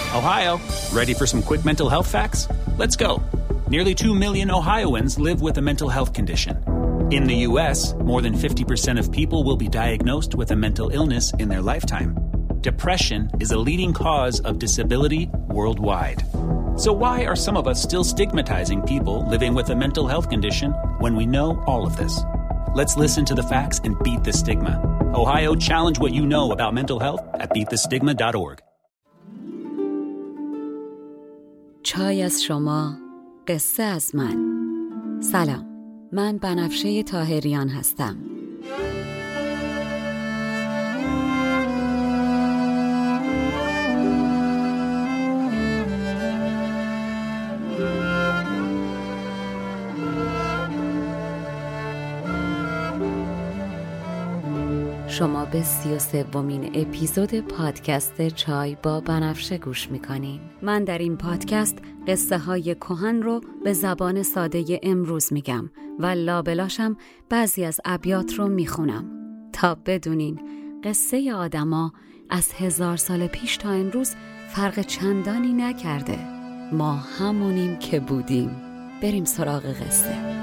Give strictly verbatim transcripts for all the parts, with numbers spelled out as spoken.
Ohio, ready for some quick mental health facts? Let's go. Nearly two million Ohioans live with a mental health condition. In the U S, more than fifty percent of people will be diagnosed with a mental illness in their lifetime. Depression is a leading cause of disability worldwide. So why are some of us still stigmatizing people living with a mental health condition when we know all of this? Let's listen to the facts and beat the stigma. Ohio, challenge what you know about mental health at beat the stigma dot org. چای از شما، قصه از من. سلام، من بنفشه طاهریان هستم. شما به سی و سومین اپیزود پادکست چای با بنفشه گوش میکنین. من در این پادکست قصه های کهن رو به زبان ساده امروز میگم و لابلاشم بعضی از ابیات رو میخونم تا بدونین قصه آدما از هزار سال پیش تا امروز فرق چندانی نکرده. ما همونیم که بودیم. بریم سراغ قصه.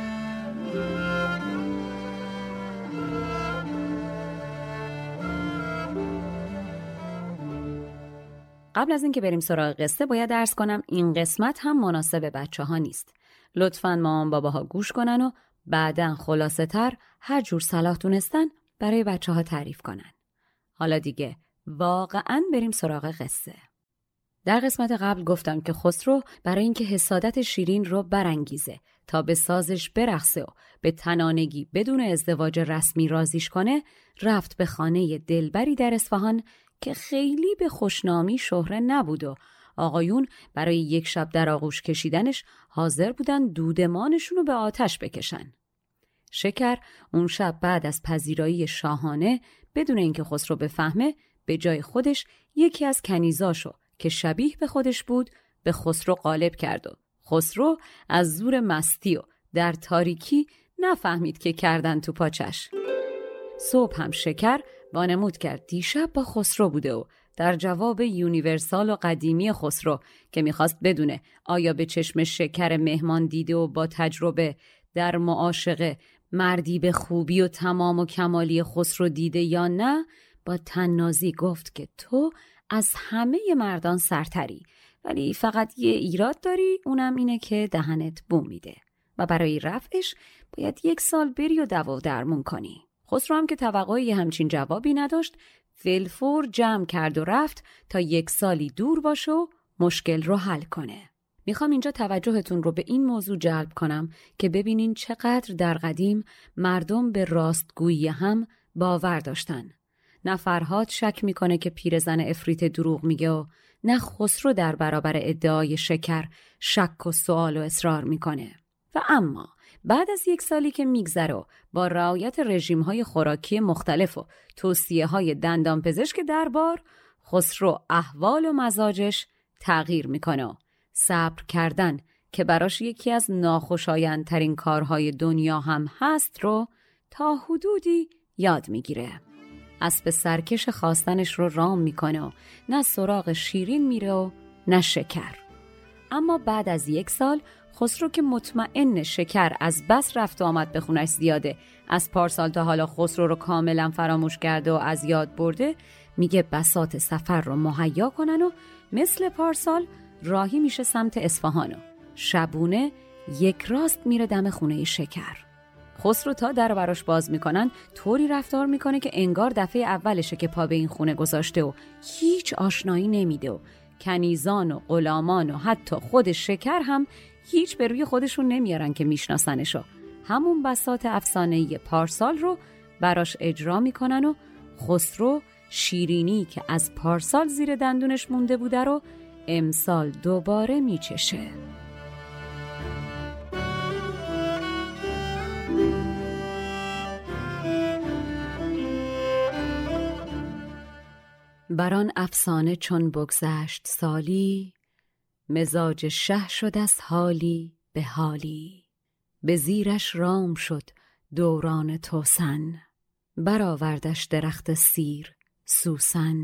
قبل از اینکه بریم سراغ قصه باید عرض کنم این قسمت هم مناسب بچه ها نیست. لطفاً مامان باباها گوش کنن و بعداً خلاصه تر هر جور صلاح دونستن برای بچه ها تعریف کنن. حالا دیگه واقعاً بریم سراغ قصه. در قسمت قبل گفتم که خسرو برای اینکه حسادت شیرین رو برانگیزه تا به سازش برقصه و به تنانگی بدون ازدواج رسمی رازیش کنه، رفت به خانه دلبری در اصفهان که خیلی به خوشنامی شهره نبود و آقایون برای یک شب در آغوش کشیدنش حاضر بودن دودمانشون رو به آتش بکشن. شکر اون شب بعد از پذیرایی شاهانه بدون اینکه خسرو بفهمه به جای خودش یکی از کنیزاشو که شبیه به خودش بود به خسرو غالب کرد و خسرو از زور مستی و در تاریکی نفهمید که کردن تو پاچش. صبح هم شکر وانمود کرد دیشب با خسرو بوده و در جواب یونیورسال و قدیمی خسرو که میخواست بدونه آیا به چشم شکر مهمان دیده و با تجربه در معاشقه مردی به خوبی و تمام و کمالی خسرو دیده یا نه، با طنازی گفت که تو از همه مردان سرتری، ولی فقط یه ایراد داری، اونم اینه که دهنت بو میده و برای رفعش باید یک سال بری و دوا و درمون کنی. خسرو هم که توقعی همچین جوابی نداشت، فیلفور جمع کرد و رفت تا یک سالی دور باشه و مشکل رو حل کنه. میخوام اینجا توجهتون رو به این موضوع جلب کنم که ببینین چقدر در قدیم مردم به راستگویی هم باور داشتن. نه فرهاد شک میکنه که پیرزن افریت دروغ میگه و نه خسرو در برابر ادعای شکر شک و سوال و اصرار میکنه. و اما بعد از یک سالی که میگذره و با رعایت رژیم‌های خوراکی مختلف و توصیه‌های دندانپزشک دربار، خسرو احوال و مزاجش تغییر میکنه و صبر کردن که براش یکی از ناخوشایندترین کارهای دنیا هم هست رو تا حدودی یاد میگیره. اسب سرکش خواستنش رو رام میکنه و نه سراغ شیرین میره و نه شکر. اما بعد از یک سال خسرو که مطمئن شکر از بس رفت و آمد به خونش زیاده، از پارسال تا حالا خسرو رو کاملا فراموش کرده و از یاد برده، میگه بساط سفر رو مهیا کنن و مثل پارسال راهی میشه سمت اصفهان و شبونه یک راست میره دم خونه شکر. خسرو تا در براش باز میکنن طوری رفتار میکنه که انگار دفعه اولشه که پا به این خونه گذاشته و هیچ آشنایی نمیده و کنیزان و غلامان و حتی خود شکر هم هیچ به روی خودشون نمیارن که میشناسنشو. همون بساط افسانه‌ای پارسال رو براش اجرا میکنن و خسرو شیرینی که از پارسال زیر دندونش مونده بوده رو امسال دوباره میچشه. بران افسانه چون بگذشت سالی، مزاج شه شد از حالی به حالی. به زیرش رام شد دوران توسن، برآوردش درخت سیر سوسن.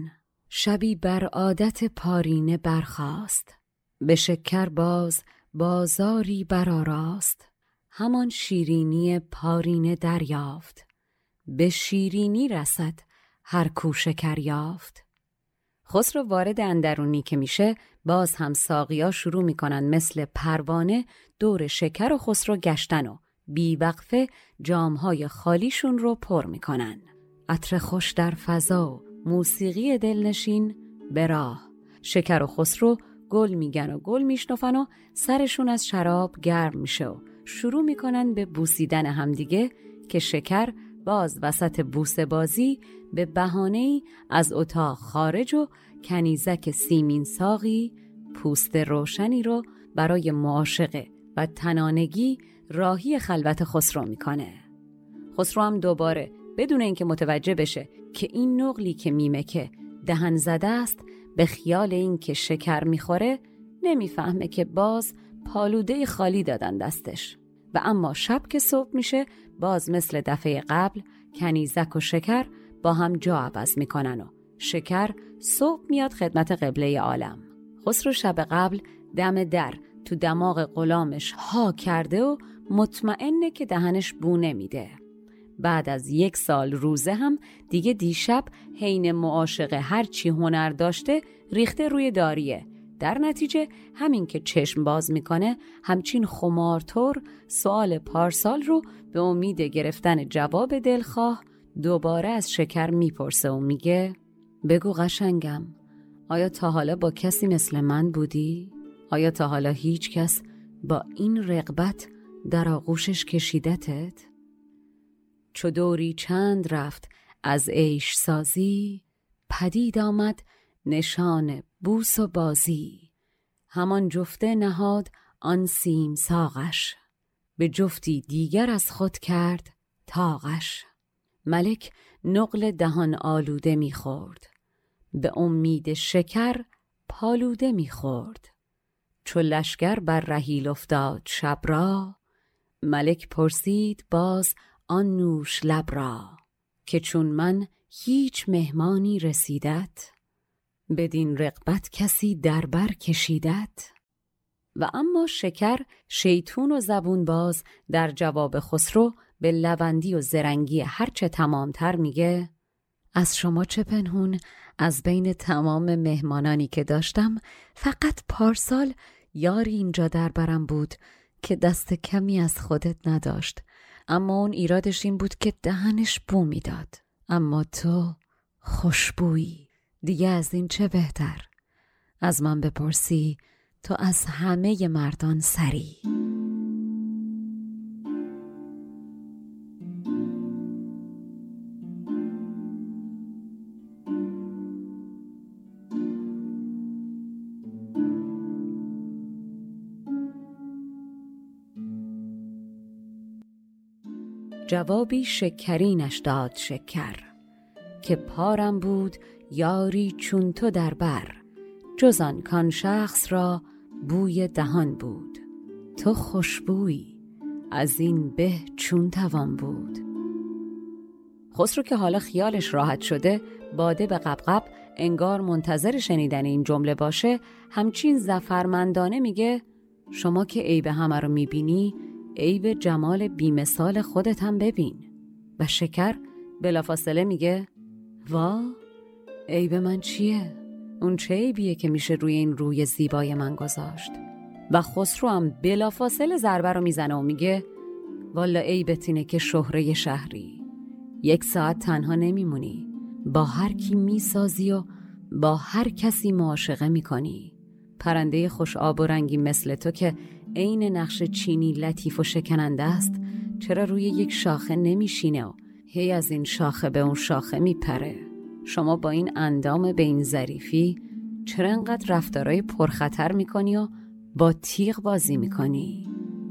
شبی بر عادت پارینه برخاست، به شکر باز بازاری برآراست. همان شیرینی پارینه دریافت، به شیرینی رسد هر کو شکر یافت. خسرو وارد اندرونی که میشه، باز هم ساقیا شروع میکنن مثل پروانه دور شکر و خسرو گشتن و بیوقفه جامهای خالیشون رو پر میکنن. عطر خوش در فضا و موسیقی دلنشین به راه. شکر و خسرو گل میگن و گل میشنفن و سرشون از شراب گرم میشه و شروع میکنن به بوسیدن همدیگه که شکر باز وسط بوسه بازی به بهانه‌ای از اتاق خارج و کنیزک سیمین ساقی پوست روشنی رو برای معاشقه و تنانگی راهی خلوت خسرو میکنه. خسرو هم دوباره بدون اینکه متوجه بشه که این نقلی که میمه که دهن زده است، به خیال این که شکر میخوره نمیفهمه که باز پالوده خالی دادن دستش. و اما شب که صبح میشه، باز مثل دفعه قبل کنیزک و شکر با هم جا عوض میکنن و شکر صبح میاد خدمت قبله عالم. خسرو شب قبل دم در تو دماغ غلامش ها کرده و مطمئنه که دهنش بو نمیده. بعد از یک سال روزه هم دیگه دیشب حین معاشقه هر چی هنر داشته ریخته روی داریه. در نتیجه همین که چشم باز میکنه همچین خمارطور سوال پارسال رو به امید گرفتن جواب دلخواه دوباره از شکر میپرسه و میگه بگو قشنگم، آیا تا حالا با کسی مثل من بودی؟ آیا تا حالا هیچ کس با این رغبت در آغوشش کشیدتت؟ چو دوری چند رفت از عیش سازی، پدید آمد نشان بوس و بازی. همان جفته نهاد آن سیم ساغش، به جفتی دیگر از خود کرد طاقش. ملک نقل دهان آلوده می‌خورد، به امید شکر پالوده می‌خورد. چو لشکر بر رحیل افتاد شب را، ملک پرسید باز آن نوش لب را. که چون من هیچ مهمانی رسیدت، بدین رغبت کسی دربر کشیدت؟ و اما شکر شیطون و زبون باز در جواب خسرو به لوندی و زرنگی هرچه تمامتر میگه از شما چه پنهون، از بین تمام مهمانانی که داشتم فقط پارسال یاری اینجا دربرم بود که دست کمی از خودت نداشت، اما اون ایرادش این بود که دهنش بو میداد. اما تو خوشبویی، دیگه از این چه بهتر؟ از من بپرسی تو از همه مردان سری. جوابی شکرینش داد شکر، که پارم بود یاری چون تو در بر. جز آن کان شخص را بوی دهان بود، تو خوشبویی از این به چون توان بود. خسرو که حالا خیالش راحت شده، باده به قبقب انگار منتظر شنیدن این جمله باشه، همچین ظفرمندانه میگه شما که عیب همه رو میبینی، عیب جمال بیمثال خودت هم ببین. و شکر بلافاصله میگه وا، عیب من چیه؟ اون چه عیبیه که میشه روی این روی زیبای من گذاشت؟ و خسرو هم بلافاصله ضربه رو میزنه و میگه والا عیبت اینه که شهره شهری، یک ساعت تنها نمیمونی، با هر کی میسازی و با هر کسی معاشقه میکنی. پرنده خوش آب و رنگی مثل تو که عین نقش چینی لطیف و شکننده است، چرا روی یک شاخه نمیشینه و هی از این شاخه به اون شاخه میپره؟ شما با این اندام به این ظریفی چرا انقدر رفتارای پرخطر میکنی و با تیغ بازی میکنی؟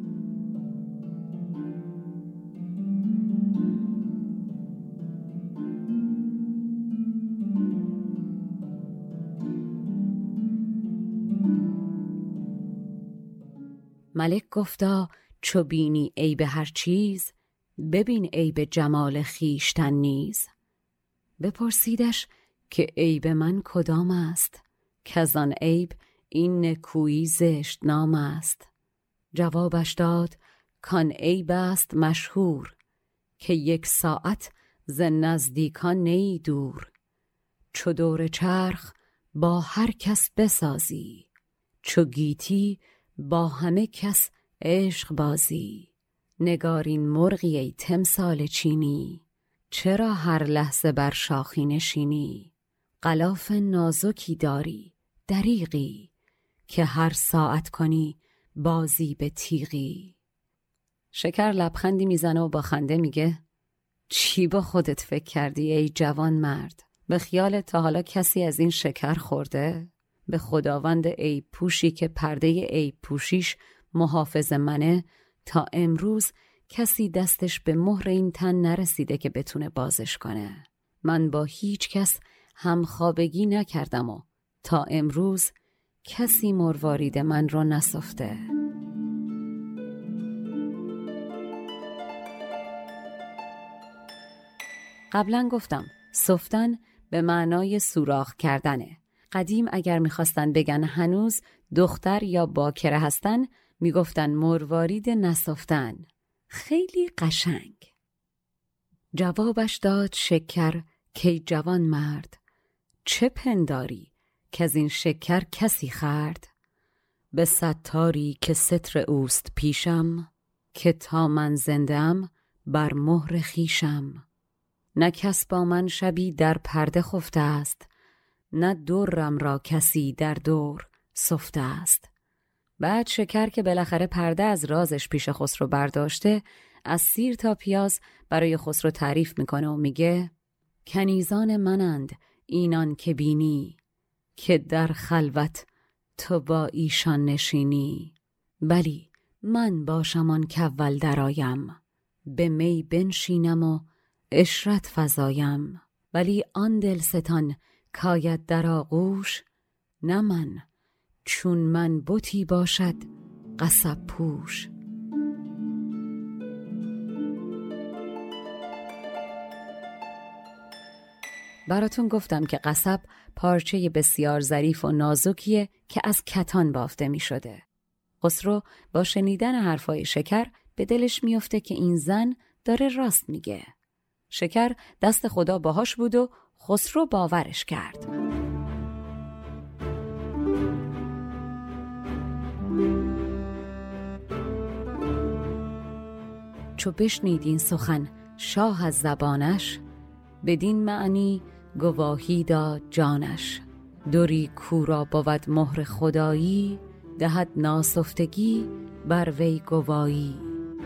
ملک گفتا چو بینی عیب هر چیز، ببین عیب جمال خیشتن نیز. بپرسیدش که عیب من کدام است، کز آن عیب این نکویی زشت نام است. جوابش داد کان عیب است مشهور، که یک ساعت ز نزدیکان نی دور. چو دور چرخ با هر کس بسازی، چو گیتی با همه کس عشق بازی. نگارین مرغی ای تمثال چینی، چرا هر لحظه بر شاخی نشینی؟ غلاف نازکی داری دریغی، که هر ساعت کنی بازی به تیغی. شکر لبخندی میزنه و با خنده میگه چی با خودت فکر کردی ای جوان مرد؟ به خیالت تا حالا کسی از این شکر خورده؟ به خداوند عیب پوشی که پرده عیب پوشیش محافظ منه، تا امروز کسی دستش به مهر این تن نرسیده که بتونه بازش کنه. من با هیچ کس همخوابگی نکردم و تا امروز کسی مروارید من رو نسفته. قبلا گفتم سفتن به معنای سوراخ کردنه. قدیم اگر میخواستن بگن هنوز دختر یا باکره هستن، میگفتن مروارید نسفتن. خیلی قشنگ. جوابش داد شکر که جوان مرد، چه پنداری که از این شکر کسی خورد؟ به ستاری که ستر اوست پیشم، که تا من زندم بر مهر خویشم. نه کس با من شبی در پرده خفته است، نه درم را کسی در دور سفته است. بعد شکر که بالاخره پرده از رازش پیش خسرو برداشته، از سیر تا پیاز برای خسرو تعریف میکنه و میگه کنیزان منند اینان که بینی، که در خلوت تو با ایشان نشینی. بلی من باشم آن کاول درآیم، به می بنشینم و عشرت فزایم. ولی آن دلستان کاید در آغوش، نه من چون من بتی باشد قصب پوش. براتون گفتم که قصب پارچه بسیار ظریف و نازکیه که از کتان بافته می شده. خسرو با شنیدن حرفای شکر به دلش میفته که این زن داره راست میگه. شکر دست خدا باهاش بود و خسرو باورش کرد. چو بشنید این سخن شاه از زبانش، بدین معنی گواهی داد جانش. دوری کورا بود مهر خدایی، دهد ناسفتگی بر وی گوایی.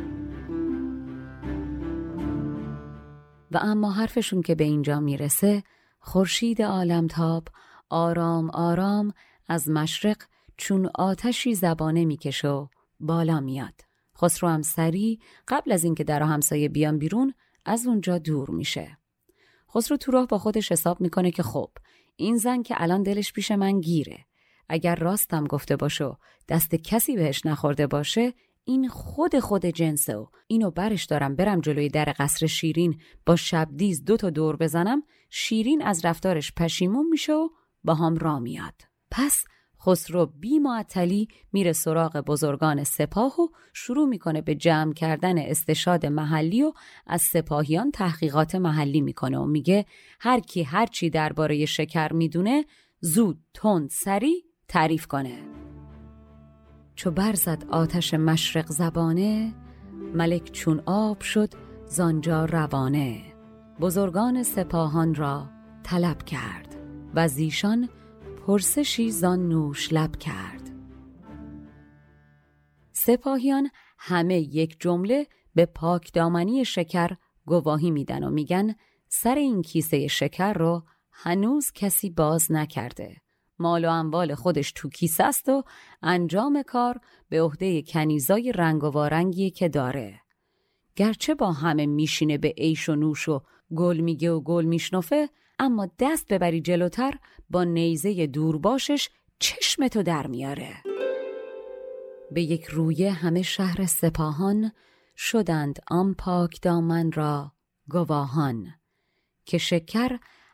و اما حرفشون که به اینجا میرسه، خورشید عالمتاب آرام آرام از مشرق چون آتشی زبانه میکشه و بالا میاد. خسرو هم سری قبل از اینکه در همسایه بیان بیرون از اونجا دور میشه. خسرو تو راه با خودش حساب میکنه که خب این زن که الان دلش پیش من گیره، اگر راستم گفته باشه و دست کسی بهش نخورده باشه، این خود خود جنسه و اینو برش دارم برم جلوی در قصر شیرین با شبدیز دو تا دور بزنم، شیرین از رفتارش پشیمون میشه و با هم را میاد. پس خسرو بی معطلی میره سراغ بزرگان سپاه و شروع میکنه به جمع کردن استشهاد محلی و از سپاهیان تحقیقات محلی میکنه و میگه هر کی هر چی درباره شکر میدونه زود تند سری تعریف کنه. چو برزد آتش مشرق زبانه، ملک چون آب شد زانجا روانه. بزرگان سپاهان را طلب کرد، و زیشان پرسشی زان نوش لب کرد. سپاهیان همه یک جمله به پاک دامنی شکر گواهی میدن و میگن سر این کیسه شکر رو هنوز کسی باز نکرده. مال و اموال خودش تو کیسه است و انجام کار به عهده کنیزای رنگ و وارنگی که داره. گرچه با همه میشینه به عیش و نوش و گل میگه و گل میشنفه، اما دست ببری جلوتر با نیزه دورباشش چشمتو در میاره. به یک رویه همه شهر سپاهان، شدند آن پاک دامن را گواهان. که شکر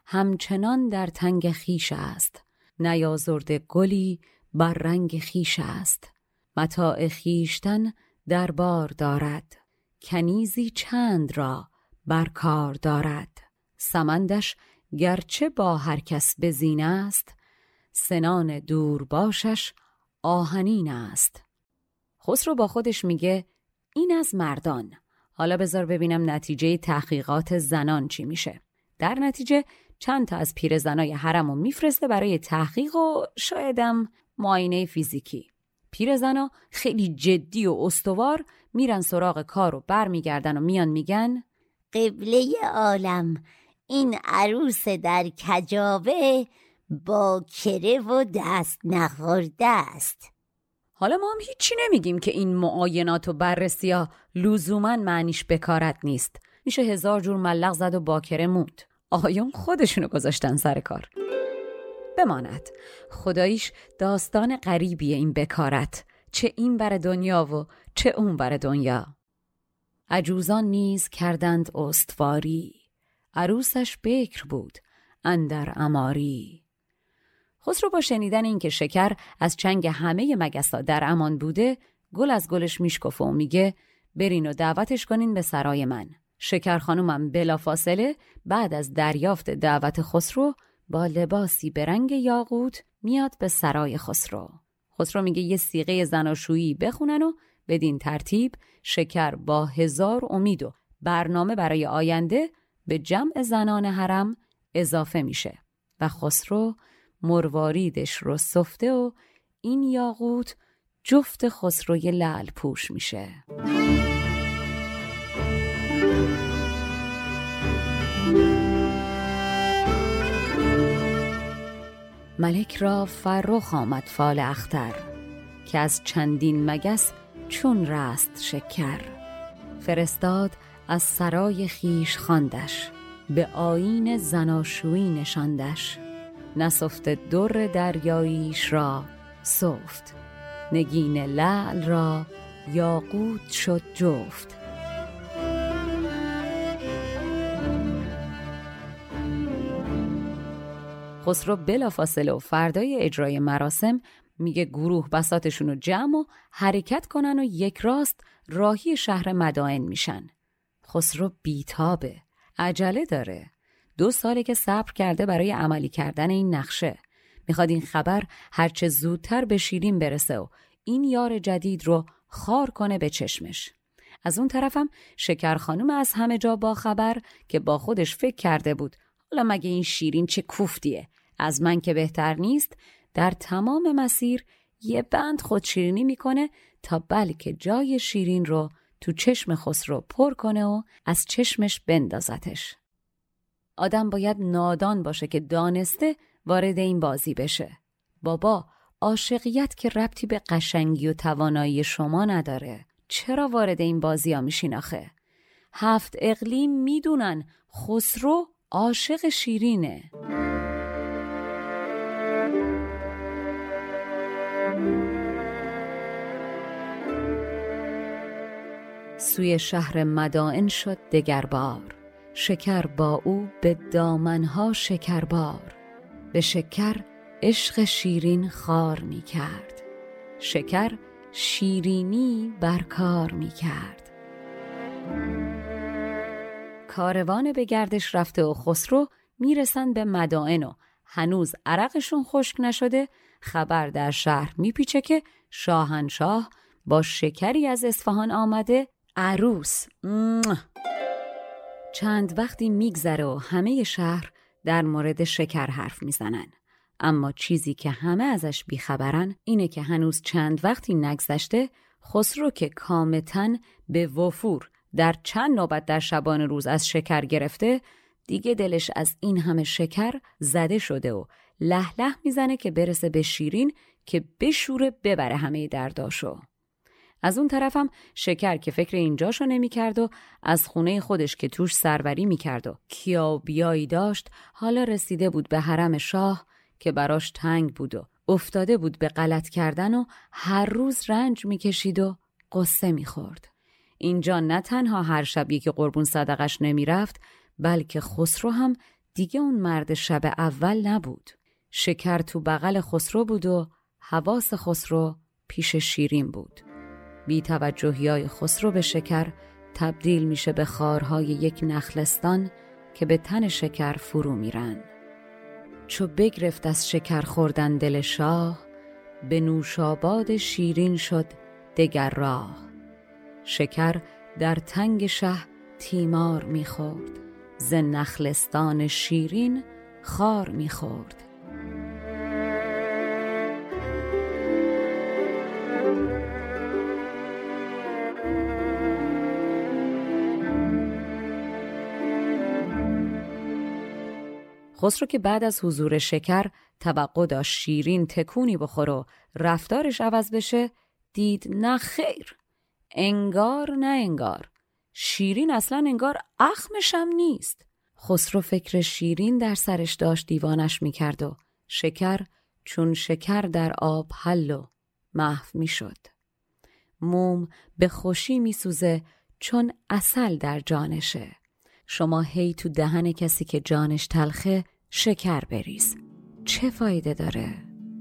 همچنان در تنگ خیش است. نیازرده گلی بر رنگ خیش است. متاع خیشتن در بار دارد. کنیزی چند را بر کار دارد. سمندش گرچه با هر کس بزین است، سنان دور باشش آهنین است. خسرو با خودش میگه این از مردان. حالا بذار ببینم نتیجه تحقیقات زنان چی میشه. در نتیجه چند تا از پیرزنای حرمو میفرسته برای تحقیق و شایدم معاینه فیزیکی. پیرزنا خیلی جدی و استوار میرن سراغ کار و بر میگردن و میان میگن قبله عالم، این عروس در کجاوه با کره و دست نخورده است. حالا ما هم هیچی نمیگیم که این معاینات و بررسی ها لزوماً معنیش بکارت نیست. میشه هزار جور ملق زد و باکره موند. آقایون خودشونو گذاشتن سر کار. بماند خداییش داستان غریبیه این بکارت، چه این بر دنیا و چه اون بر دنیا. عجوزان نیز کردند استواری، عروسش بکر بود اندر عماری. خسرو با شنیدن این که شکر از چنگ همه مگسا در امان بوده، گل از گلش میشکفه و میگه برین و دعوتش کنین به سرای من. شکر خانومم بلافاصله بعد از دریافت دعوت خسرو با لباسی به رنگ یاقوت میاد به سرای خسرو. خسرو میگه یه صیغه زناشویی بخونن و بدین ترتیب شکر با هزار امید و برنامه برای آینده به جمع زنان حرم اضافه میشه و خسرو مرواریدش رو سفته و این یاقوت جفت خسروی لعل پوش میشه. ملک را فرخ آمد فال اختر، که از چندین مگس چون رست شکر. فرستاد از سرای خیش خواندش، به آیین زناشویی نشاندش. نسفت در دریاییش را سفت، نگین لعل را یاقوت شد جفت. خسرو بلافاصله و فردای اجرای مراسم میگه گروه بساطشون رو جمع و حرکت کنن و یک راست راهی شهر مدائن میشن. خسرو بیتابه، عجله داره. دو ساله که صبر کرده برای عملی کردن این نقشه. میخواد این خبر هرچه زودتر به شیرین برسه و این یار جدید رو خار کنه به چشمش. از اون طرفم شکر خانوم از همه جا با خبر که با خودش فکر کرده بود حالا مگه این شیرین چه کوفتیه، از من که بهتر نیست، در تمام مسیر یه بند خودشیرینی میکنه تا بلکه جای شیرین رو تو چشم خسرو پر کنه و از چشمش بندازتش. آدم باید نادان باشه که دانسته وارد این بازی بشه. بابا، عاشقیت که ربطی به قشنگی و توانایی شما نداره. چرا وارد این بازی ها میشین آخه؟ هفت اقلیم میدونن خسرو عاشق شیرینه. سوی شهر مدائن شد دگربار، شکر با او به دامنها شکربار. به شکر عشق شیرین خار می کرد، شکر شیرینی برکار می کرد. کاروان به گردش رفته و خسرو میرسن به مدائن و هنوز عرقشون خشک نشده خبر در شهر میپیچه که شاهنشاه با شکری از اصفهان آمده عروس. چند وقتی میگذره و همه شهر در مورد شکر حرف میزنن، اما چیزی که همه ازش بیخبرن اینه که هنوز چند وقتی نگذشته خسرو که کامتن به وفور در چند نوبت در شبان روز از شکر گرفته، دیگه دلش از این همه شکر زده شده و له له میزنه که برسه به شیرین که بشوره ببره همه درداشو. از اون طرفم شکر که فکر اینجاشو نمی کرد و از خونه خودش که توش سروری می کرد و کیا و بیایی داشت، حالا رسیده بود به حرم شاه که براش تنگ بود و افتاده بود به غلط کردن و هر روز رنج می کشید و قصه می خورد. اینجا نه تنها هر شب یکی قربون صدقش نمی رفت، بلکه خسرو هم دیگه اون مرد شب اول نبود. شکر تو بغل خسرو بود و حواس خسرو پیش شیرین بود. بی توجهی‌های خسرو به شکر تبدیل میشه به خارهای یک نخلستان که به تن شکر فرو میرن. چو بگرفت از شکر خوردن دل شاه، به نوشاباد شیرین شد دگر راه. شکر در تنگ شه تیمار میخورد، ز نخلستان شیرین خار میخورد. خسرو که بعد از حضور شکر توقع داشت شیرین تکونی بخور و رفتارش عوض بشه، دید نه خیر، انگار نه انگار، شیرین اصلا انگار اخمشم نیست. خسرو فکر شیرین در سرش داشت دیوانش میکرد و شکر چون شکر در آب حل و محو میشد. موم به خوشی میسوزه چون عسل در جانشه. شما هی تو دهن کسی که جانش تلخه شکر بریز، چه فایده داره؟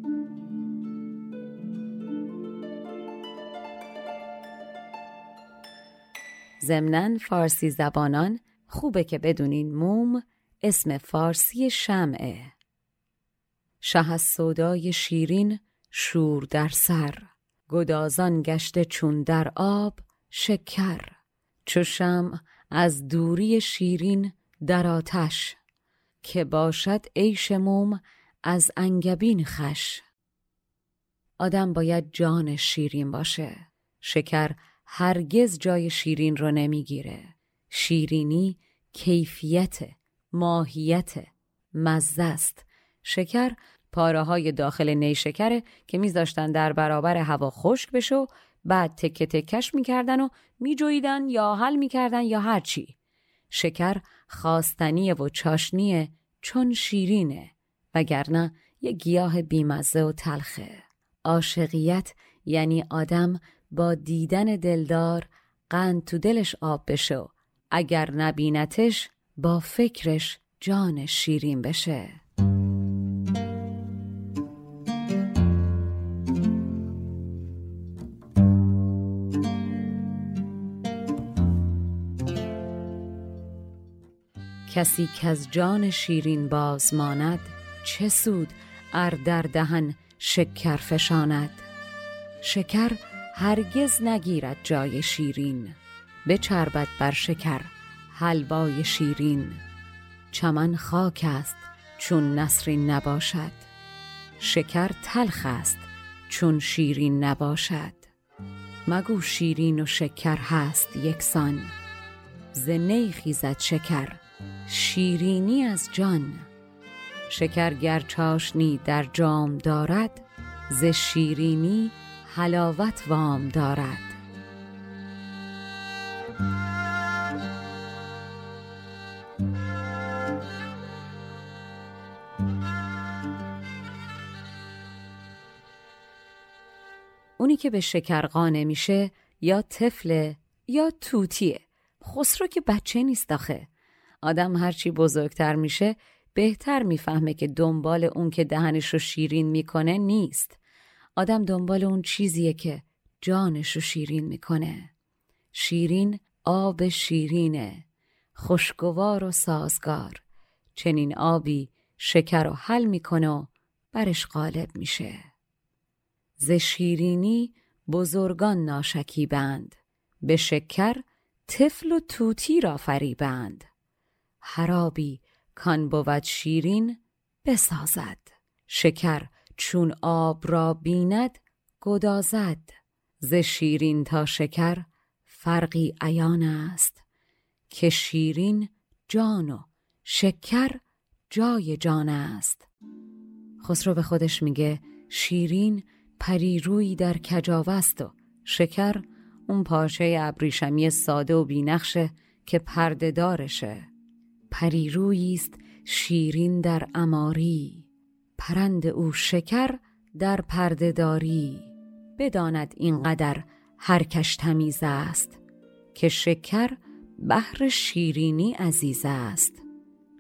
ضمناً فارسی زبانان خوبه که بدونین موم اسم فارسی شمعه. شه از سودای شیرین شور در سر، گدازان گشته چون در آب شکر. چو شمع از دوری شیرین در آتش، که باشد عیش موم از انگبین خوش. آدم باید جان شیرین باشه. شکر هرگز جای شیرین رو نمیگیره. شیرینی کیفیت، ماهیت، مزه است. شکر پاره های داخل نیشکره که میذاشتن در برابر هوا خشک بشه و بعد تکه تکش میکردن و میجویدن یا حل میکردن یا هرچی. شکر خواستنیه و چاشنیه چون شیرینه، وگرنه یه گیاه بیمزه و تلخه. عاشقیت یعنی آدم با دیدن دلدار قند تو دلش آب بشه و اگر نبینتش با فکرش جان شیرین بشه. کسی که از جان شیرین باز ماند، چه سود ار در دهن شکر فشاند. شکر هرگز نگیرد جای شیرین، بچربد بر شکر حلوای شیرین. چمن خاک است چون نسرین نباشد، شکر تلخ است چون شیرین نباشد. مگو شیرین و شکر هست یکسان، ز نی خیزد شکر شیرینی از جان. شکر گر چاشنی در جام دارد، ز شیرینی حلاوت وام دارد. اونی که به شکر قانع میشه یا طفله یا توتیه. خسرو که بچه نیست آخه. آدم هرچی بزرگتر میشه بهتر میفهمه که دنبال اون که دهنشو شیرین میکنه نیست. آدم دنبال اون چیزیه که جانشو شیرین میکنه. شیرین آب شیرینه، خوشگوار و سازگار. چنین آبی شکر رو حل میکنه و برش غالب میشه. ز شیرینی بزرگان ناشکیبند، به شکر طفل و توتی را فریبند. هر آبی کان بود شیرین بسازد، شکر چون آب را بیند گدازد. ز شیرین تا شکر فرقی عیان است، که شیرین جان و شکر جای جان است. خسرو به خودش میگه شیرین پری روی در کجاوه است و شکر اون پارچه ابریشمی ساده و بینقشه که پرده دارشه. پری رویی است شیرین در عماری، پرند او شکر در پرده داری. بداند اینقدر هر کش تمیز است، که شکر بهر شیرینی عزیز است.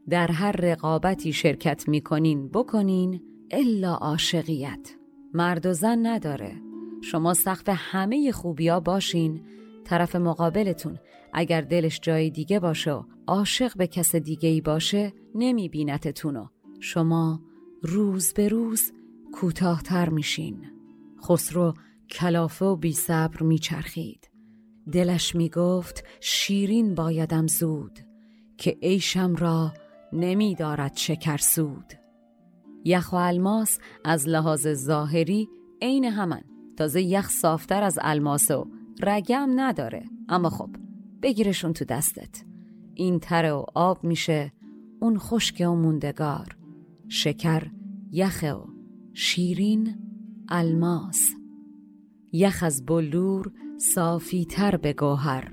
در هر رقابتی شرکت میکنین بکنین الا عاشقیت. مرد و زن نداره. شما سقف همه خوبیا باشین، طرف مقابلتون اگر دلش جای دیگه باشه و عاشق به کس دیگه‌ای باشه نمیبینتتونو. شما روز به روز کوتاه‌تر میشین. خسرو کلافه و بی صبر میچرخید. دلش میگفت شیرین بایدم زود، که عیشم را نمیدارد شکر سود. یخ و الماس از لحاظ ظاهری عین همن. تازه یخ صافتر از الماسه و رگم نداره. اما خب بگیرشون تو دستت. این تره و آب میشه، اون خشک و موندگار. شکر یخ و شیرین الماس. یخ از بلور صافی تر به گوهر،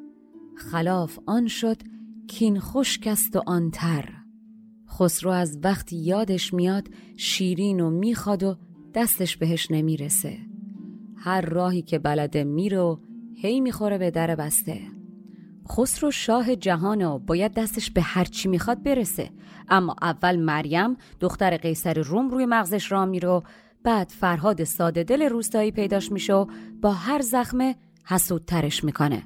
خلاف آن شد کین خشک است و آن تر. خسرو از وقتی یادش میاد شیرین و میخواد و دستش بهش نمیرسه. هر راهی که بلده میره و هی میخوره به در بسته. خسرو شاه جهانه و باید دستش به هر چی میخواد برسه. اما اول مریم دختر قیصر روم روی مغزش راه میره و بعد فرهاد ساده دل روستایی پیداش میشه و با هر زخمه حسودترش میکنه.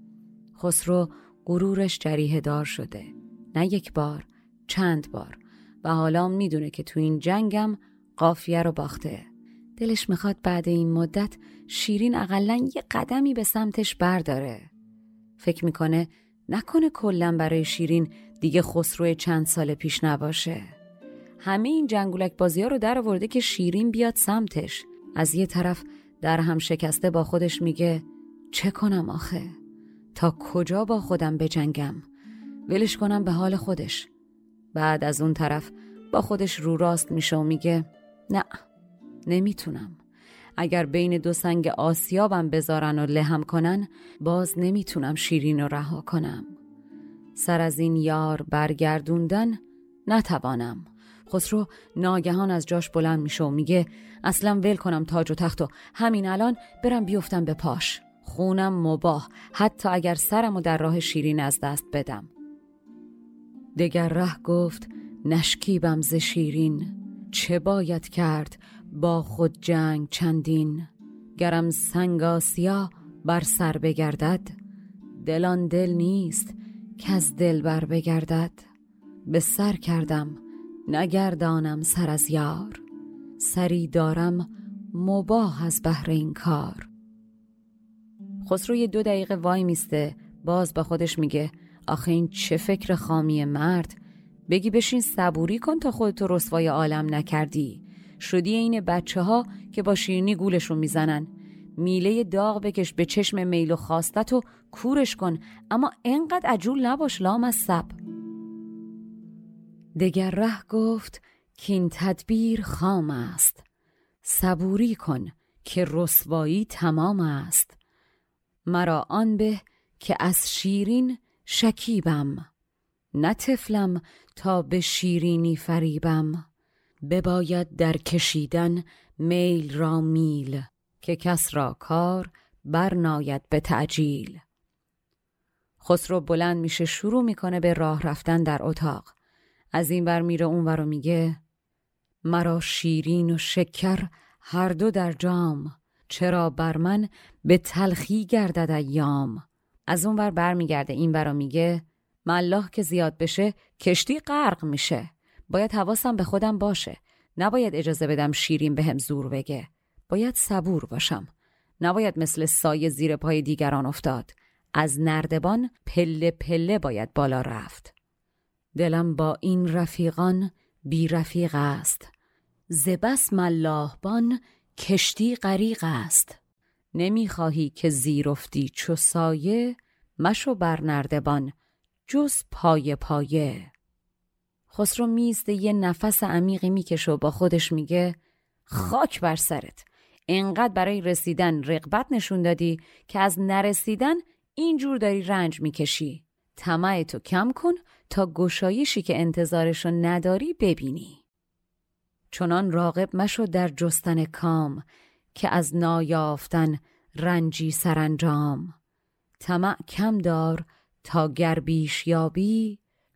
خسرو غرورش جریحه دار شده، نه یک بار، چند بار، و حالا میدونه که تو این جنگم قافیه رو باخته. دلش میخواد بعد این مدت شیرین اقلن یه قدمی به سمتش برداره. فکر میکنه نکنه کلن برای شیرین دیگه خسرو چند سال پیش نباشه. همه این جنگولک بازی ها رو در آورده که شیرین بیاد سمتش. از یه طرف در هم شکسته با خودش میگه چه کنم آخه؟ تا کجا با خودم بجنگم؟ ولش کنم به حال خودش. بعد از اون طرف با خودش رو راست میشه و میگه نه، نمیتونم. اگر بین دو سنگ آسیابم بذارن و لهم کنن باز نمیتونم شیرین رو رها کنم. سر از این یار برگردوندن نتوانم. خسرو ناگهان از جاش بلند میشه و میگه اصلا ول کنم تاج و تخت و همین الان برم بیفتم به پاش. خونم مباح، حتی اگر سرمو در راه شیرین از دست بدم. دگر ره گفت نشکیبم ز شیرین، چه باید کرد با خود جنگ چندین. گرم سنگ آسیا بر سر بگردد، دلان دل نیست که از دل بر بگردد. به سر کردم نگردانم سر از یار، سری دارم مباح از بهر این کار. خسرو یه دو دقیقه وای میسته، باز با خودش میگه آخه این چه فکر خامی مرد. بگی بشین صبوری کن تا خودتو رسوای عالم نکردی. شدی این بچه ها که با شیرینی گولشون میزنن. میله داغ بکش به چشم میل و خواستت و کورش کن، اما انقدر عجول نباش لام از سب. دگر ره گفت که این تدبیر خام است، صبوری کن که رسوایی تمام است. مرا آن به که از شیرین شکیبم، نه طفلم تا به شیرینی فریبم. بباید در کشیدن میل را میل، که کس را کار برناید به تعجیل. خسرو بلند میشه شروع میکنه به راه رفتن در اتاق. از این ور میره اون ور و میگه مرا شیرین و شکر هر دو در جام، چرا بر من به تلخی گردد ایام. از اون ور بر میگرده این ور و میگه ملاح که زیاد بشه کشتی غرق میشه. باید حواسم به خودم باشه. نباید اجازه بدم شیرین بهم زور بگه. باید صبور باشم. نباید مثل سایه زیر پای دیگران افتاد. از نردبان پله پله باید بالا رفت. دلم با این رفیقان بی رفیق است، ز بس ملاحبان کشتی غریق است. نمیخواهی که زیر افتی چو سایه، مشو بر نردبان جز پایه پایه. خسرو میزده یه نفس عمیقی میکشه و با خودش میگه خاک بر سرت. اینقدر برای رسیدن رغبت نشون دادی که از نرسیدن اینجور داری رنج میکشی. طمعتو کم کن تا گشایشی که انتظارشو نداری ببینی. چنان راغب مشو در جستن کام، که از نایافتن رنجی سرانجام. طمع کم دار تا گر بیش یابی،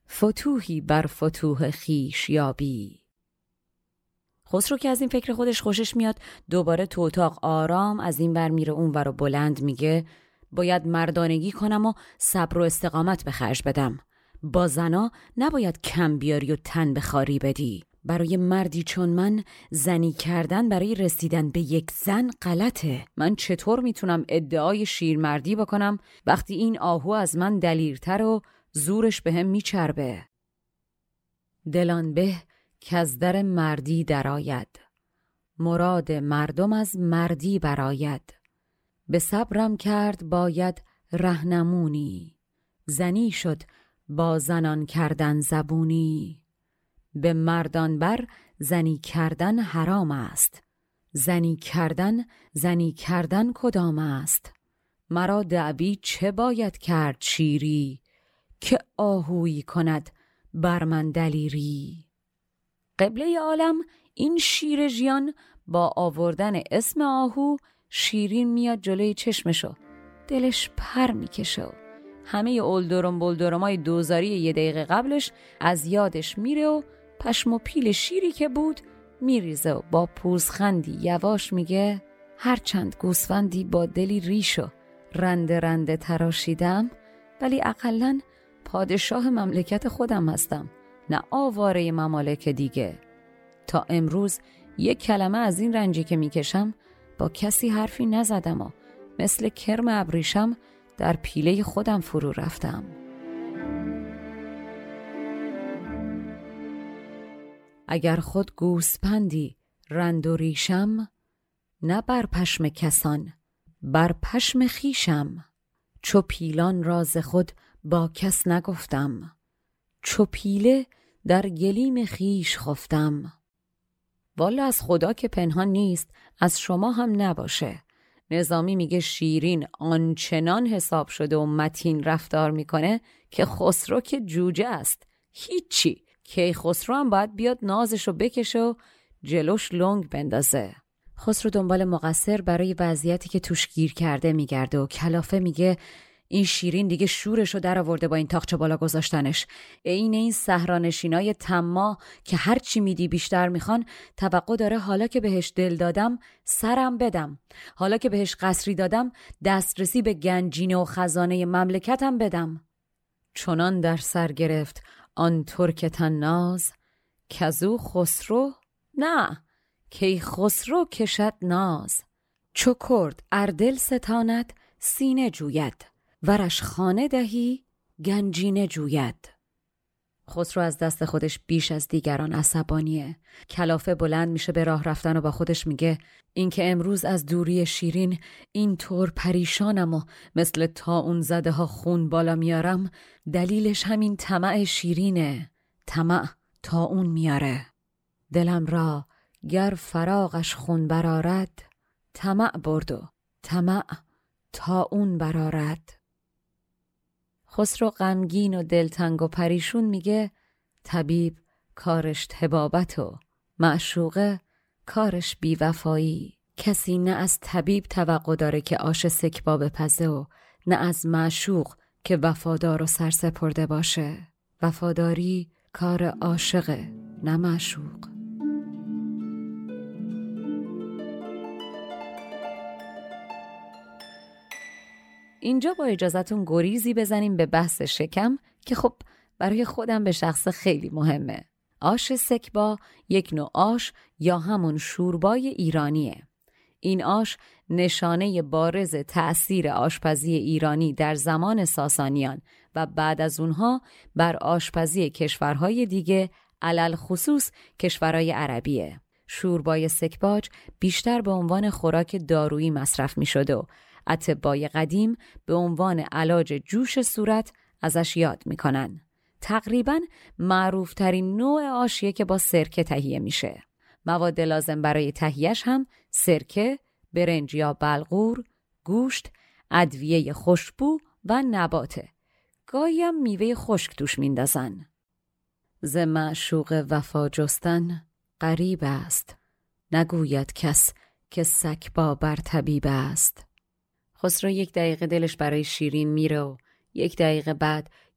فتوحی بر فتوح خیش یابی. خسرو که از این فکر خودش خوشش میاد دوباره تو اتاق آرام از این ور میره اون ور و بلند میگه باید مردانگی کنم و صبر و استقامت به خرج بدم. با زنا نباید کم بیاری و تن به خاری بدی. برای مردی چون من زنی کردن برای رسیدن به یک زن غلطه. من چطور میتونم ادعای شیرمردی بکنم وقتی این آهو از من دلیرتر و زورش به هم میچربه؟ دلان به که از در مردی درآید، مراد مردم از مردی براید. به صبرم کرد باید رهنمونی، زنی شد با زنان کردن زبونی. به مردان بر زنی کردن حرام است، زنی کردن زنی کردن کدام است؟ مرا دعوی چه باید کرد شیری، که آهویی کند بر من دلیری. قبله عالم این شیر ژیان با آوردن اسم آهو شیرین میاد جلوی چشمشو، دلش پر میکشه. همه اولدرم بولدرمای دوزاری یه دقیقه قبلش از یادش میره و پشم و پیل شیری که بود میریزه و با پوزخندی یواش میگه هرچند گوسفندی با دلی ریشو رنده رنده تراشیدم، ولی اقلن پادشاه مملکت خودم هستم، نه آواره ممالک دیگه. تا امروز یک کلمه از این رنجی که میکشم با کسی حرفی نزدم و مثل کرم ابریشم در پیله خودم فرو رفتم. اگر خود گوسپندی رند و ریشم، نه بر پشم کسان بر پشم خیشم. چو پیلان راز خود با کس نگفتم، چو پیله در گلیم خیش خفتم. والا از خدا که پنهان نیست، از شما هم نباشه. نظامی میگه شیرین آنچنان حساب شده و متین رفتار میکنه که خسرو که جوجه است، هیچی. که خسرو هم باید بیاد نازشو بکشه و جلوش لنگ بندازه. خسرو دنبال مقصر برای وضعیتی که توش گیر کرده میگرده و کلافه میگه این شیرین دیگه شورشو در آورده با این تاقچه بالا گذاشتنش. عین این صحرانشینای طماع که هر چی میدی بیشتر میخوان، توقع داره حالا که بهش دل دادم سرم بدم، حالا که بهش قصری دادم دسترسی به گنجینه و خزانه مملکتم بدم. چنان در سر گرفت آن ترک طناز، کزو خسرو نه کی خسرو کشد ناز. چو کرد اردل ستاند سینه جوید، ورش خانه دهی گنجینه جوید. خسرو از دست خودش بیش از دیگران عصبانیه. کلافه بلند میشه به راه رفتن و با خودش میگه این که امروز از دوری شیرین این طور پریشانم و مثل طاعون زده ها خون بالا میارم، دلیلش همین طمع شیرینه. طمع طاعون میاره. دلم را گر فراغش خون برارد، طمع برد و طمع طاعون برارد. خسرو غمگین و دلتنگ و پریشون میگه طبیب کارش طبابت و معشوقه کارش بیوفایی. کسی نه از طبیب توقع داره که آش سکبا بپزه و نه از معشوق که وفادار و سرسپرده باشه. وفاداری کار عاشقه نه معشوق. اینجا با اجازتون گریزی بزنیم به بحث شکم که خب برای خودم به شخص خیلی مهمه. آش سکبا یک نوع آش یا همون شوربای ایرانیه. این آش نشانه بارز تأثیر آشپزی ایرانی در زمان ساسانیان و بعد از اونها بر آشپزی کشورهای دیگه، علل خصوص کشورهای عربیه. شوربای سکباج بیشتر به عنوان خوراک دارویی مصرف می شده و اطبای قدیم به عنوان علاج جوش صورت ازش یاد میکنن. تقریباً معروف ترین نوع آشیه که با سرکه تهیه میشه. مواد لازم برای تهیهش هم سرکه، برنج یا بلغور، گوشت، ادویه خوشبو و نباته. گاهی هم میوه خشک توش میندازن. ز معشوق وفا جستن غریب است، نگوید کس که سکبا بر طبیب است. خسرو یک دقیقه دلش برای شیرین میره و یک دقیقه بعد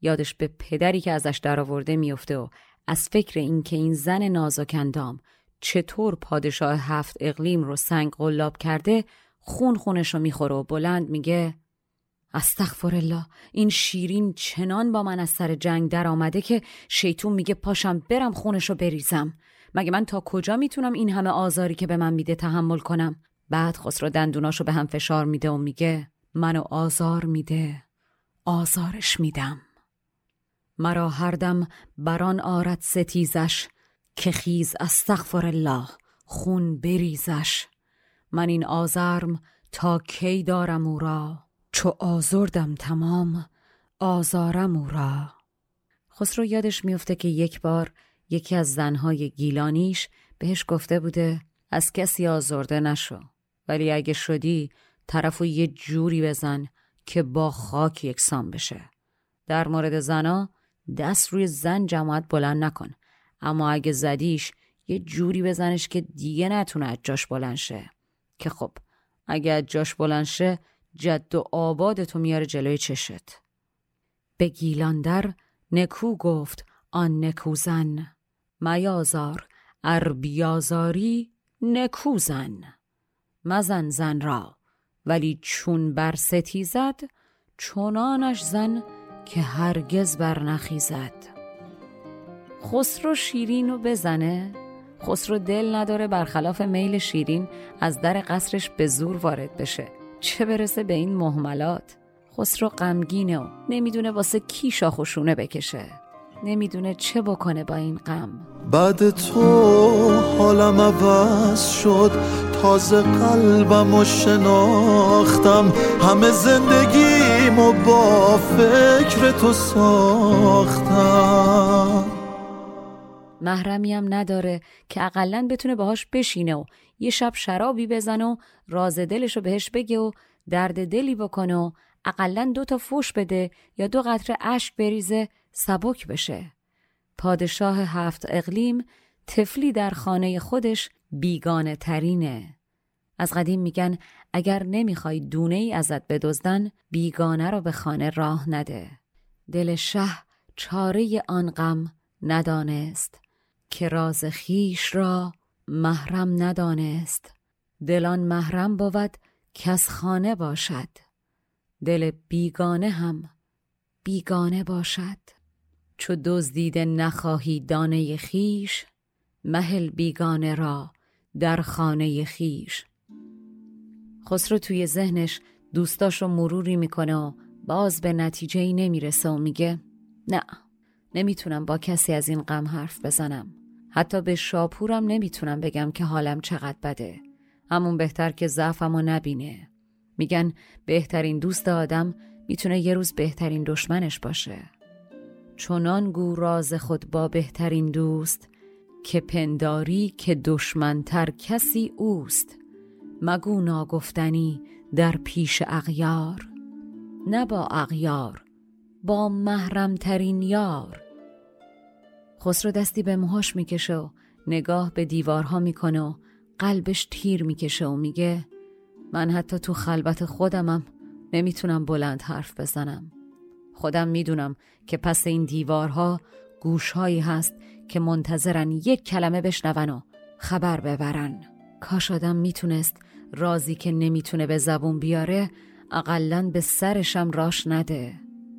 یادش به پدری که ازش درآورده میفته و از فکر این که این زن نازک اندام چطور پادشاه هفت اقلیم رو سنگ قلاب کرده خون خونش رو میخوره و بلند میگه استغفرالله، این شیرین چنان با من از سر جنگ در آمده که شیطون میگه پاشم برم خونش رو بریزم. مگه من تا کجا میتونم این همه آزاری که به من میده تحمل کنم؟ بعد خسرو دندوناشو به هم فشار میده و میگه منو آزار میده، آزارش میدم. مرا هر دم بران آرد ستیزش، که خیز استغفرالله خون بریزش. من این آزرم تا کی دارم او را، چو آزردم تمام آزارم او را. خسرو یادش میفته که یک بار یکی از زنهای گیلانیش بهش گفته بوده از کسی آزرده نشو، ولی اگه شدی طرفو یه جوری بزن که با خاک یکسان بشه. در مورد زنا دست روی زن جماعت بلند نکن، اما اگه زدیش یه جوری بزنش که دیگه نتونه از جاش بلند شه، که خب اگه از جاش بلند شه جد و آبادتو میاره جلوی چشت. به گیلان در نکو گفت آن نکو زن، میازار ار بیازاری نکو زن. مزن زن را ولی چون بر ستیزد، چونانش زن که هرگز بر نخیزد. خسرو شیرین رو بزنه؟ خسرو دل نداره برخلاف میل شیرین از در قصرش به زور وارد بشه، چه برسه به این مهملات. خسرو غمگینه و نمیدونه واسه کی شاخ و شونه بکشه، نمیدونه چه بکنه با این غم. بعد تو حالم عوض شد، تازه قلبمو شناختم، همه زندگیمو با فکر تو ساختم. محرمیم نداره که اقلن بتونه باهاش بشینه و یه شب شرابی بزنه و راز دلشو بهش بگه و درد دلی بکنه و اقلن دو تا فوش بده یا دو قطره اشک بریزه سبک بشه. پادشاه هفت اقلیم طفلی در خانه خودش بیگانه ترینه. از قدیم میگن اگر نمیخوای دونه ای ازت بدزدن، بیگانه رو به خانه راه نده. دل شه چاره آن غم ندانست، که راز خیش را محرم ندانست. دلان محرم بود کس خانه باشد، دل بیگانه هم بیگانه باشد. چو دزدیده نخواهی دانه خیش، مهل بیگانه را در خانه خیش. خسرو توی ذهنش دوستاشو مروری میکنه و باز به نتیجه‌ای نمیرسه و میگه نه، نمیتونم با کسی از این غم حرف بزنم. حتی به شاپورم نمیتونم بگم که حالم چقدر بده. همون بهتر که ضعفمو نبینه. میگن بهترین دوست آدم میتونه یه روز بهترین دشمنش باشه. چنان گو راز خود با بهترین دوست، که پنداری که دشمنتر کسی اوست. مگو ناگفتنی در پیش اغیار، نه با اغیار با محرمترین یار. خسرو دستی به موهاش میکشه و نگاه به دیوارها میکنه و قلبش تیر میکشه و میگه من حتی تو خلوت خودمم نمیتونم بلند حرف بزنم. خودم میدونم که پس این دیوارها گوشهایی هست که منتظرن یک کلمه بشنون و خبر ببرن. کاش آدم میتونست رازی که نمیتونه به زبون بیاره اقلن به سرشم راش نده.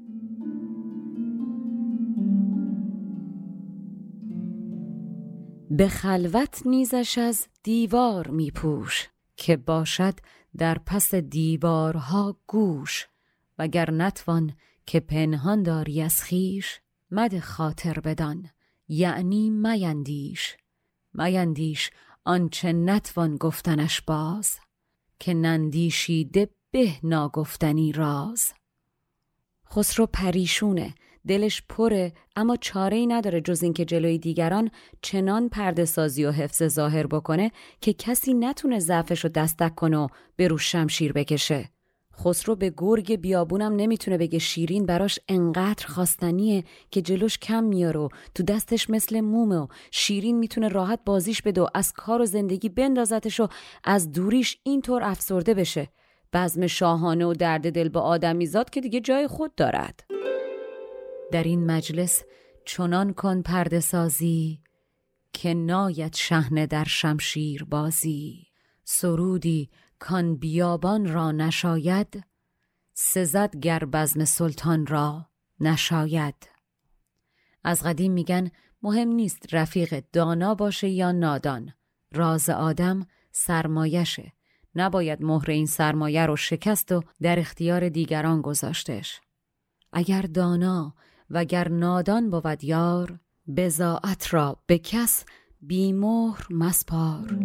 به خلوت نیزش از دیوار میپوش، که باشد در پس دیوارها گوش. وگر نتوان که پنهان داری از خیش، مده خاطر بدان یعنی میندیش. میندیش آنچه نتوان گفتنش باز، که نندیشیده به ناگفتنی راز. خسرو پریشونه، دلش پره، اما چاره‌ای نداره جز این که جلوی دیگران چنان پرده سازی و حفظ ظاهر بکنه که کسی نتونه ضعفشو دستک کنه و به روش شمشیر بکشه. خسرو به گرگ بیابونم نمیتونه بگه شیرین براش انقدر خواستنیه که جلوش کم میاره و تو دستش مثل مومه و شیرین میتونه راحت بازیش بده و از کار و زندگی بندازتش و از دوریش اینطور افسرده بشه. بزم شاهانه و درد دل با آدمیزاد که دیگه جای خود دارد. در این مجلس چنان کن پرده سازی که ناید شحنه در شمشیر بازی. سرودی کان بیابان را نشاید، سزد گر بزم سلطان را نشاید. از قدیم میگن مهم نیست رفیق دانا باشه یا نادان، راز آدم سرمایشه، نباید مهر این سرمایه رو شکست و در اختیار دیگران گذاشتش. اگر دانا و گر نادان بود یار، بضاعت را به کس بی مهر مسپار.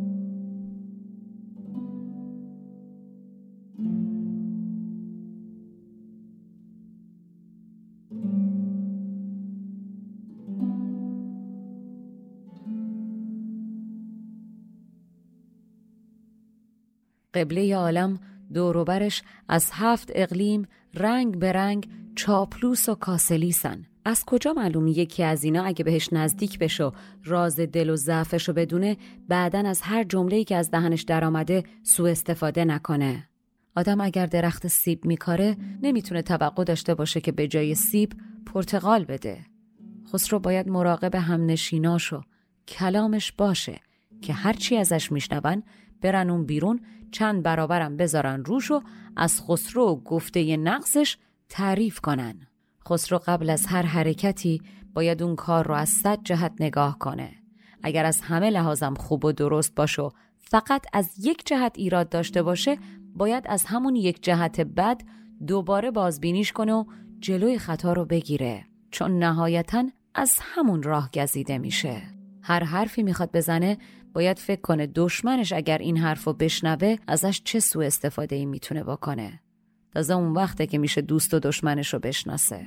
قبله عالم دور و برش از هفت اقلیم رنگ به رنگ چاپلوس و کاسلیسن. از کجا معلوم یکی از اینا اگه بهش نزدیک بشه و راز دل و ضعفشو بدونه بعدن از هر جمله‌ای که از دهنش در آمده سوء استفاده نکنه؟ آدم اگر درخت سیب میکاره نمیتونه توقع داشته باشه که به جای سیب پرتقال بده. خسرو باید مراقب همنشیناش و کلامش باشه که هرچی ازش میشنون برن اون بیرون چند برابرم بذارن روش و از خسرو گفته نقصش تعریف کنن. خسرو قبل از هر حرکتی باید اون کار رو از صد جهت نگاه کنه. اگر از همه لحاظم خوب و درست باشه و فقط از یک جهت ایراد داشته باشه، باید از همون یک جهت بد دوباره بازبینیش کنه و جلوی خطا رو بگیره، چون نهایتاً از همون راه گزیده میشه. هر حرفی میخواد بزنه باید فکر کنه دشمنش اگر این حرفو بشنوه ازش چه سوء استفاده ای میتونه بکنه. تازه اون وقته که میشه دوست و دشمنش رو بشناسه.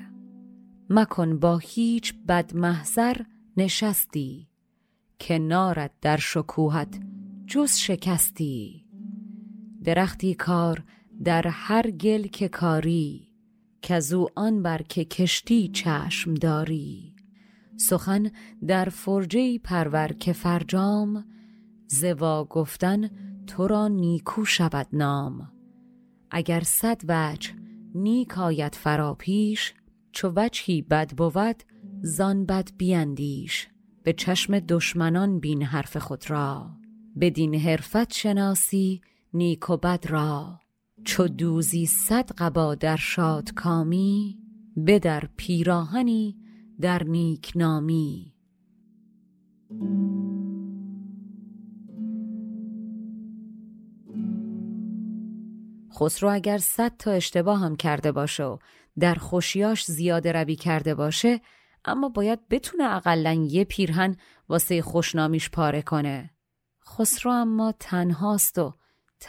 مکن با هیچ بد محضر نشستی، که نارد در شکوهت جز شکستی. درختی کار در هر گل که کاری، کزو آن بر که کشتی چشم داری. سخن در فرجه‌ای پرور که فرجام، زوا گفتن تو را نیکو شود نام. اگر صد وجه نیک آید فرا پیش، چو وجهی بد بود زان بد بیندیش. به چشم دشمنان بین حرف خود را، بدین حرفت شناسی نیک و بد را. چو دوزی صد قبا در شاد کامی، بدر پیراهنی در نیک نامی. خسرو اگر صد تا اشتباه هم کرده باشه و در خوشیاش زیاده روی کرده باشه، اما باید بتونه اقلن یه پیرهن واسه خوشنامیش پاره کنه. خسرو اما تنهاست و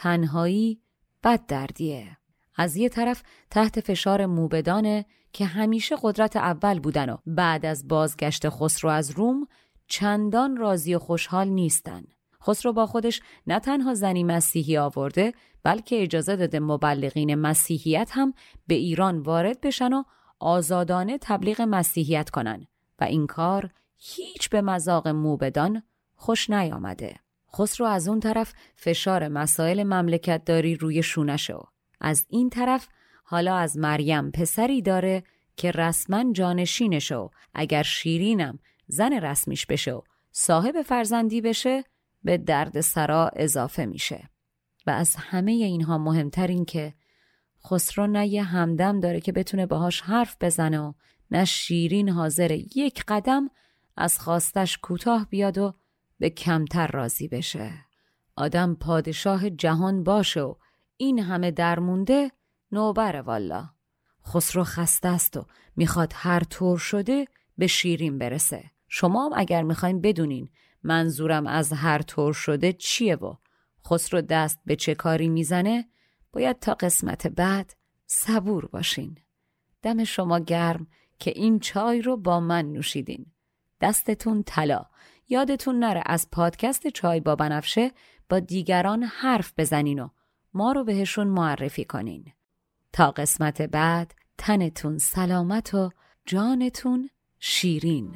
تنهایی بد دردیه. از یه طرف تحت فشار موبدانه که همیشه قدرت اول بودن و بعد از بازگشت خسرو از روم چندان راضی و خوشحال نیستن. خسرو با خودش نه تنها زنی مسیحی آورده، بلکه اجازه داده مبلغین مسیحیت هم به ایران وارد بشن و آزادانه تبلیغ مسیحیت کنن و این کار هیچ به مذاق موبدان خوش نیامده. خسرو از اون طرف فشار مسائل مملکت داری روی شونشو. از این طرف حالا از مریم پسری داره که رسما جانشینشو. اگر شیرینم زن رسمیش بشه و صاحب فرزندی بشه به درد سرا اضافه میشه. و از همه اینها مهمتر این که خسرو نه یه همدم داره که بتونه باهاش حرف بزنه و نه شیرین حاضر یک قدم از خواستش کوتاه بیاد و به کمتر راضی بشه. آدم پادشاه جهان باشه و این همه درمونده نوبره والا. خسرو خسته است و میخواد هر طور شده به شیرین برسه. شما هم اگر میخواین بدونین منظورم از هر طور شده چیه و خسرو دست به چه کاری میزنه، باید تا قسمت بعد صبور باشین. دم شما گرم که این چای رو با من نوشیدین. دستتون طلا. یادتون نره از پادکست چای با بنفشه با دیگران حرف بزنین و ما رو بهشون معرفی کنین. تا قسمت بعد تنتون سلامت و جانتون شیرین.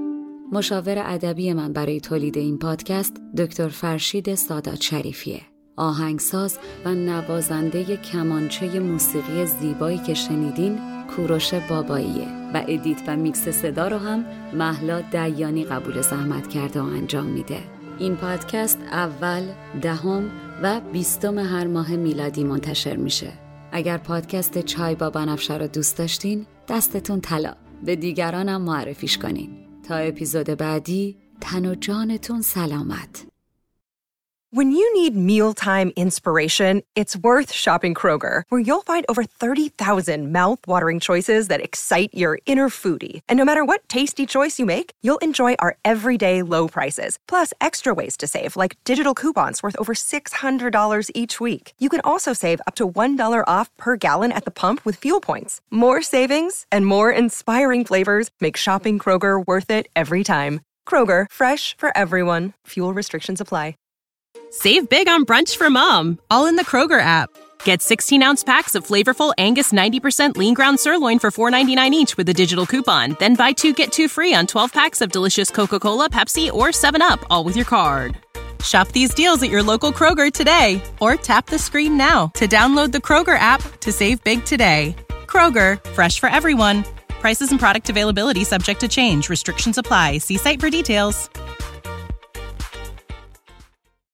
مشاور ادبی من برای تولید این پادکست دکتر فرشید سادات شریفیه. آهنگساز و نوازنده کمانچه موسیقی زیبایی که شنیدین کوروش باباییه و ادیت و میکس صدا رو هم مهلا دیانی قبول زحمت کرده و انجام میده. این پادکست اول، دهم و بیستم هر ماه میلادی منتشر میشه. اگر پادکست چای با بنفشه رو دوست داشتین دستتون طلا، به دیگرانم معرفیش کنین. تا اپیزود بعدی تن و جانتون سلامت. When you need mealtime inspiration, it's worth shopping Kroger, where you'll find over thirty thousand mouth-watering choices that excite your inner foodie. And no matter what tasty choice you make, you'll enjoy our everyday low prices, plus extra ways to save, like digital coupons worth over six hundred dollars each week. You can also save up to one dollar off per gallon at the pump with fuel points. More savings and more inspiring flavors make shopping Kroger worth it every time. Kroger, fresh for everyone. Fuel restrictions apply. Save big on brunch for mom, all in the Kroger app. Get sixteen-ounce packs of flavorful Angus ninety percent lean ground sirloin for four ninety-nine each with a digital coupon. Then buy two, get two free on twelve packs of delicious Coca-Cola, Pepsi, or seven up, all with your card. Shop these deals at your local Kroger today, or tap the screen now to download the Kroger app to save big today. Kroger, fresh for everyone. Prices and product availability subject to change. Restrictions apply. See site for details.